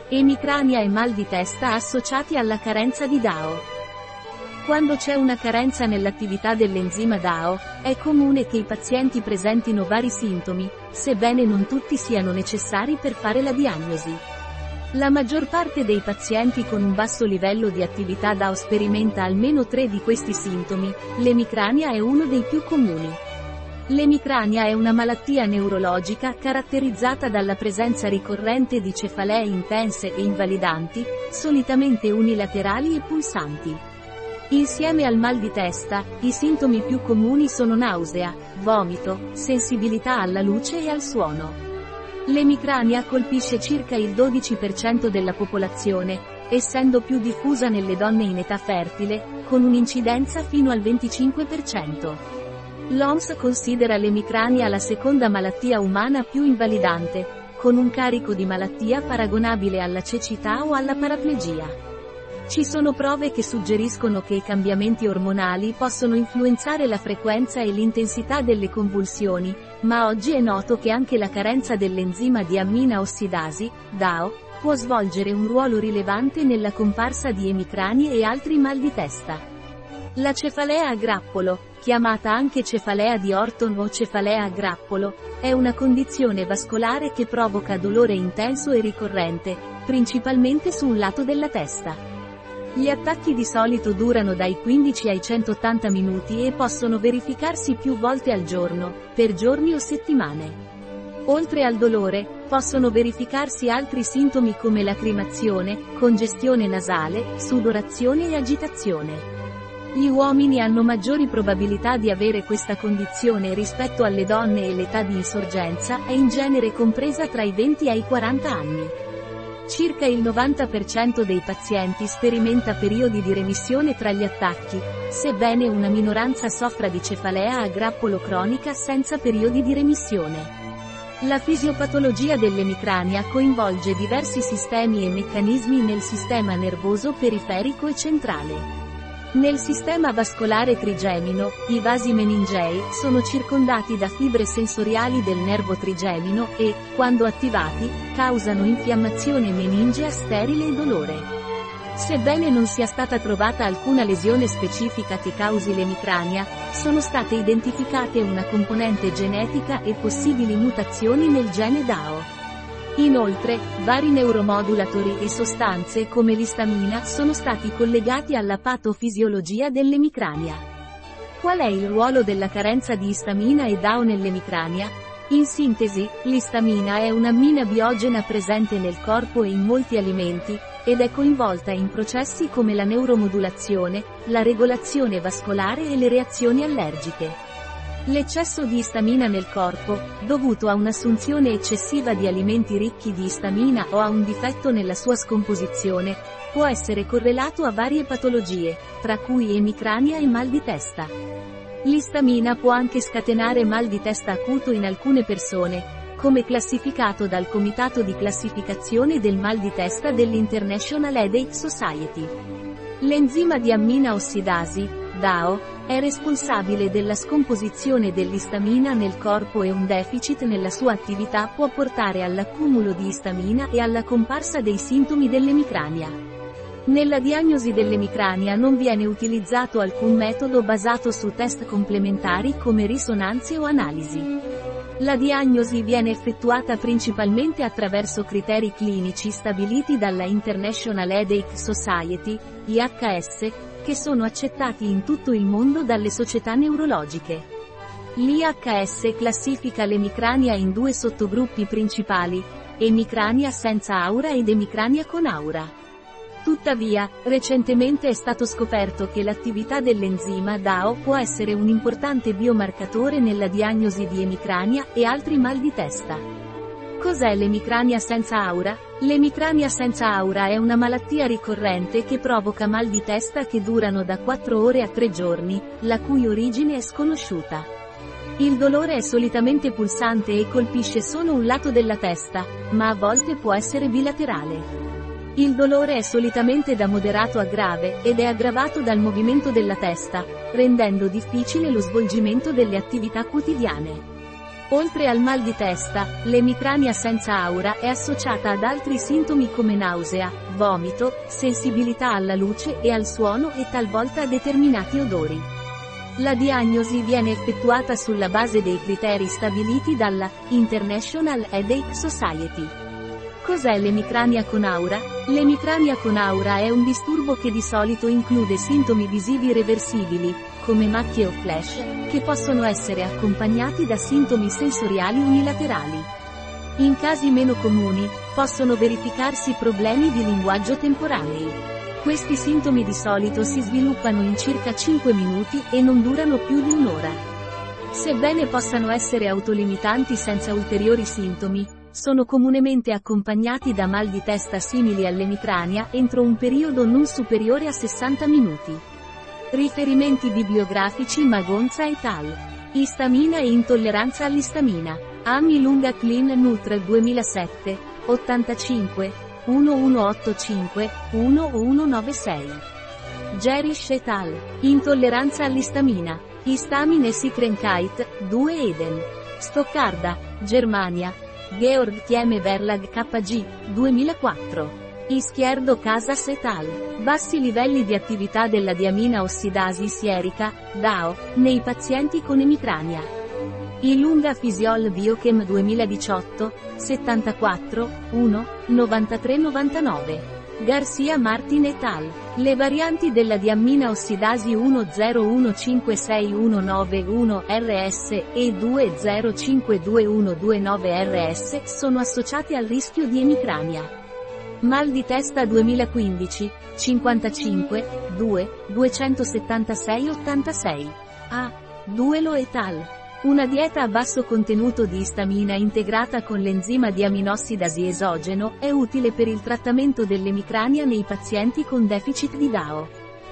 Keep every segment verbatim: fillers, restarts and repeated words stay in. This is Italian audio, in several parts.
Emicrania e mal di testa associati alla carenza di D A O. Quando c'è una carenza nell'attività dell'enzima D A O, è comune che i pazienti presentino vari sintomi, sebbene non tutti siano necessari per fare la diagnosi. La maggior parte dei pazienti con un basso livello di attività D A O sperimenta almeno tre di questi sintomi, l'emicrania è uno dei più comuni. L'emicrania è una malattia neurologica caratterizzata dalla presenza ricorrente di cefalee intense e invalidanti, solitamente unilaterali e pulsanti. Insieme al mal di testa, i sintomi più comuni sono nausea, vomito, sensibilità alla luce e al suono. L'emicrania colpisce circa il dodici per cento della popolazione, essendo più diffusa nelle donne in età fertile, con un'incidenza fino al venticinque per cento. L'O M S considera l'emicrania la seconda malattia umana più invalidante, con un carico di malattia paragonabile alla cecità o alla paraplegia. Ci sono prove che suggeriscono che i cambiamenti ormonali possono influenzare la frequenza e l'intensità delle convulsioni, ma oggi è noto che anche la carenza dell'enzima di ammina ossidasi, D A O, può svolgere un ruolo rilevante nella comparsa di emicranie e altri mal di testa. La cefalea a grappolo, chiamata anche cefalea di Orton o cefalea a grappolo, è una condizione vascolare che provoca dolore intenso e ricorrente, principalmente su un lato della testa. Gli attacchi di solito durano dai quindici ai centottanta minuti e possono verificarsi più volte al giorno, per giorni o settimane. Oltre al dolore, possono verificarsi altri sintomi come lacrimazione, congestione nasale, sudorazione e agitazione. Gli uomini hanno maggiori probabilità di avere questa condizione rispetto alle donne e l'età di insorgenza è in genere compresa tra i venti e i quaranta anni. Circa il novanta per cento dei pazienti sperimenta periodi di remissione tra gli attacchi, sebbene una minoranza soffra di cefalea a grappolo cronica senza periodi di remissione. La fisiopatologia dell'emicrania coinvolge diversi sistemi e meccanismi nel sistema nervoso periferico e centrale. Nel sistema vascolare trigemino, i vasi meningei sono circondati da fibre sensoriali del nervo trigemino e, quando attivati, causano infiammazione meningea sterile e dolore. Sebbene non sia stata trovata alcuna lesione specifica che causi l'emicrania, sono state identificate una componente genetica e possibili mutazioni nel gene D A O. Inoltre, vari neuromodulatori e sostanze come l'istamina sono stati collegati alla patofisiologia dell'emicrania. Qual è il ruolo della carenza di istamina e D A O nell'emicrania? In sintesi, l'istamina è un'ammina biogena presente nel corpo e in molti alimenti, ed è coinvolta in processi come la neuromodulazione, la regolazione vascolare e le reazioni allergiche. L'eccesso di istamina nel corpo, dovuto a un'assunzione eccessiva di alimenti ricchi di istamina o a un difetto nella sua scomposizione, può essere correlato a varie patologie, tra cui emicrania e mal di testa. L'istamina può anche scatenare mal di testa acuto in alcune persone, come classificato dal Comitato di classificazione del mal di testa dell'International Headache Society. L'enzima di ammina ossidasi, D A O, è responsabile della scomposizione dell'istamina nel corpo e un deficit nella sua attività può portare all'accumulo di istamina e alla comparsa dei sintomi dell'emicrania. Nella diagnosi dell'emicrania non viene utilizzato alcun metodo basato su test complementari come risonanze o analisi. La diagnosi viene effettuata principalmente attraverso criteri clinici stabiliti dalla International Headache Society, I H S, che sono accettati in tutto il mondo dalle società neurologiche. L'I H S classifica l'emicrania in due sottogruppi principali, emicrania senza aura ed emicrania con aura. Tuttavia, recentemente è stato scoperto che l'attività dell'enzima D A O può essere un importante biomarcatore nella diagnosi di emicrania e altri mal di testa. Cos'è l'emicrania senza aura? L'emicrania senza aura è una malattia ricorrente che provoca mal di testa che durano da quattro ore a tre giorni, la cui origine è sconosciuta. Il dolore è solitamente pulsante e colpisce solo un lato della testa, ma a volte può essere bilaterale. Il dolore è solitamente da moderato a grave, ed è aggravato dal movimento della testa, rendendo difficile lo svolgimento delle attività quotidiane. Oltre al mal di testa, l'emicrania senza aura è associata ad altri sintomi come nausea, vomito, sensibilità alla luce e al suono e talvolta a determinati odori. La diagnosi viene effettuata sulla base dei criteri stabiliti dalla International Headache Society. Cos'è l'emicrania con aura? L'emicrania con aura è un disturbo che di solito include sintomi visivi reversibili, come macchie o flash, che possono essere accompagnati da sintomi sensoriali unilaterali. In casi meno comuni, possono verificarsi problemi di linguaggio temporanei. Questi sintomi di solito si sviluppano in circa cinque minuti e non durano più di un'ora. Sebbene possano essere autolimitanti senza ulteriori sintomi, sono comunemente accompagnati da mal di testa simili all'emicrania entro un periodo non superiore a sessanta minuti. Riferimenti bibliografici: Magonza et al. Istamina e intolleranza all'istamina. Ami Lunga Clean Nutr duemilasette, ottantacinque, millecentoottantacinque, millecentonovantasei. Gerish et al. Intolleranza all'istamina. Histamine Sikrenkite, due Eden. Stoccarda, Germania. Georg Thieme Verlag K G, duemilaquattro. Izquierdo Casas et al. Bassi livelli di attività della diamina ossidasi sierica, D A O, nei pazienti con emicrania. Ilunga Physiol Biochem duemiladiciotto, settantaquattro, uno, novantatré novantanove. Garcia Martin et al. Le varianti della diammina ossidasi uno zero uno cinque sei uno nove uno R S e due zero cinque due uno due nove R S sono associate al rischio di emicrania. Mal di testa duemilaquindici, cinquantacinque, due, duecentosettantasei ottantasei. A. Duelo et al. Una dieta a basso contenuto di istamina integrata con l'enzima diaminossidasi esogeno è utile per il trattamento dell'emicrania nei pazienti con deficit di D A O.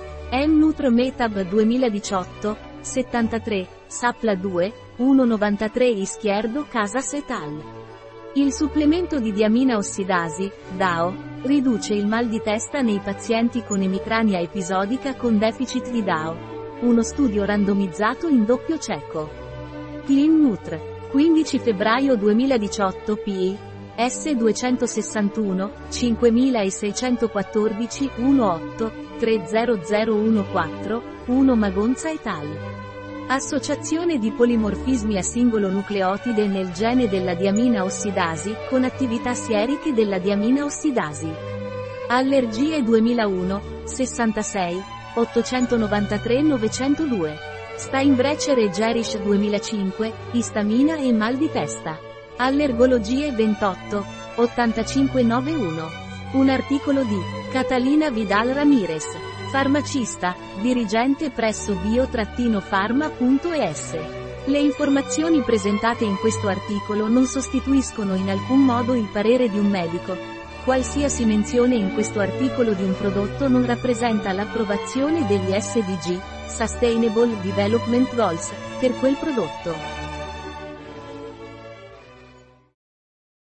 M-Nutr Metab duemiladiciotto, settantatré, Sapla due, centonovantatré Izquierdo Casas et al. Il supplemento di diamina ossidasi, D A O, riduce il mal di testa nei pazienti con emicrania episodica con deficit di D A O. Uno studio randomizzato in doppio cieco. Clean Nutr. quindici febbraio duemiladiciotto P I. S duecentosessantuno, cinquemilaseicentoquattordici, diciotto, tre zero zero uno quattro, uno Magonza et al. Associazione di polimorfismi a singolo nucleotide nel gene della diamina ossidasi, con attività sieriche della diamina ossidasi. Allergie duemilauno, sessantasei, ottocentonovantatré novecentodue. Steinbrecher e Gerish duemilacinque, istamina e mal di testa. Allergologie ventotto, ottantacinque novantuno. Un articolo di Catalina Vidal Ramirez, farmacista, dirigente presso bio-pharma punto es. Le informazioni presentate in questo articolo non sostituiscono in alcun modo il parere di un medico. Qualsiasi menzione in questo articolo di un prodotto non rappresenta l'approvazione degli S D G, Sustainable Development Goals, per quel prodotto.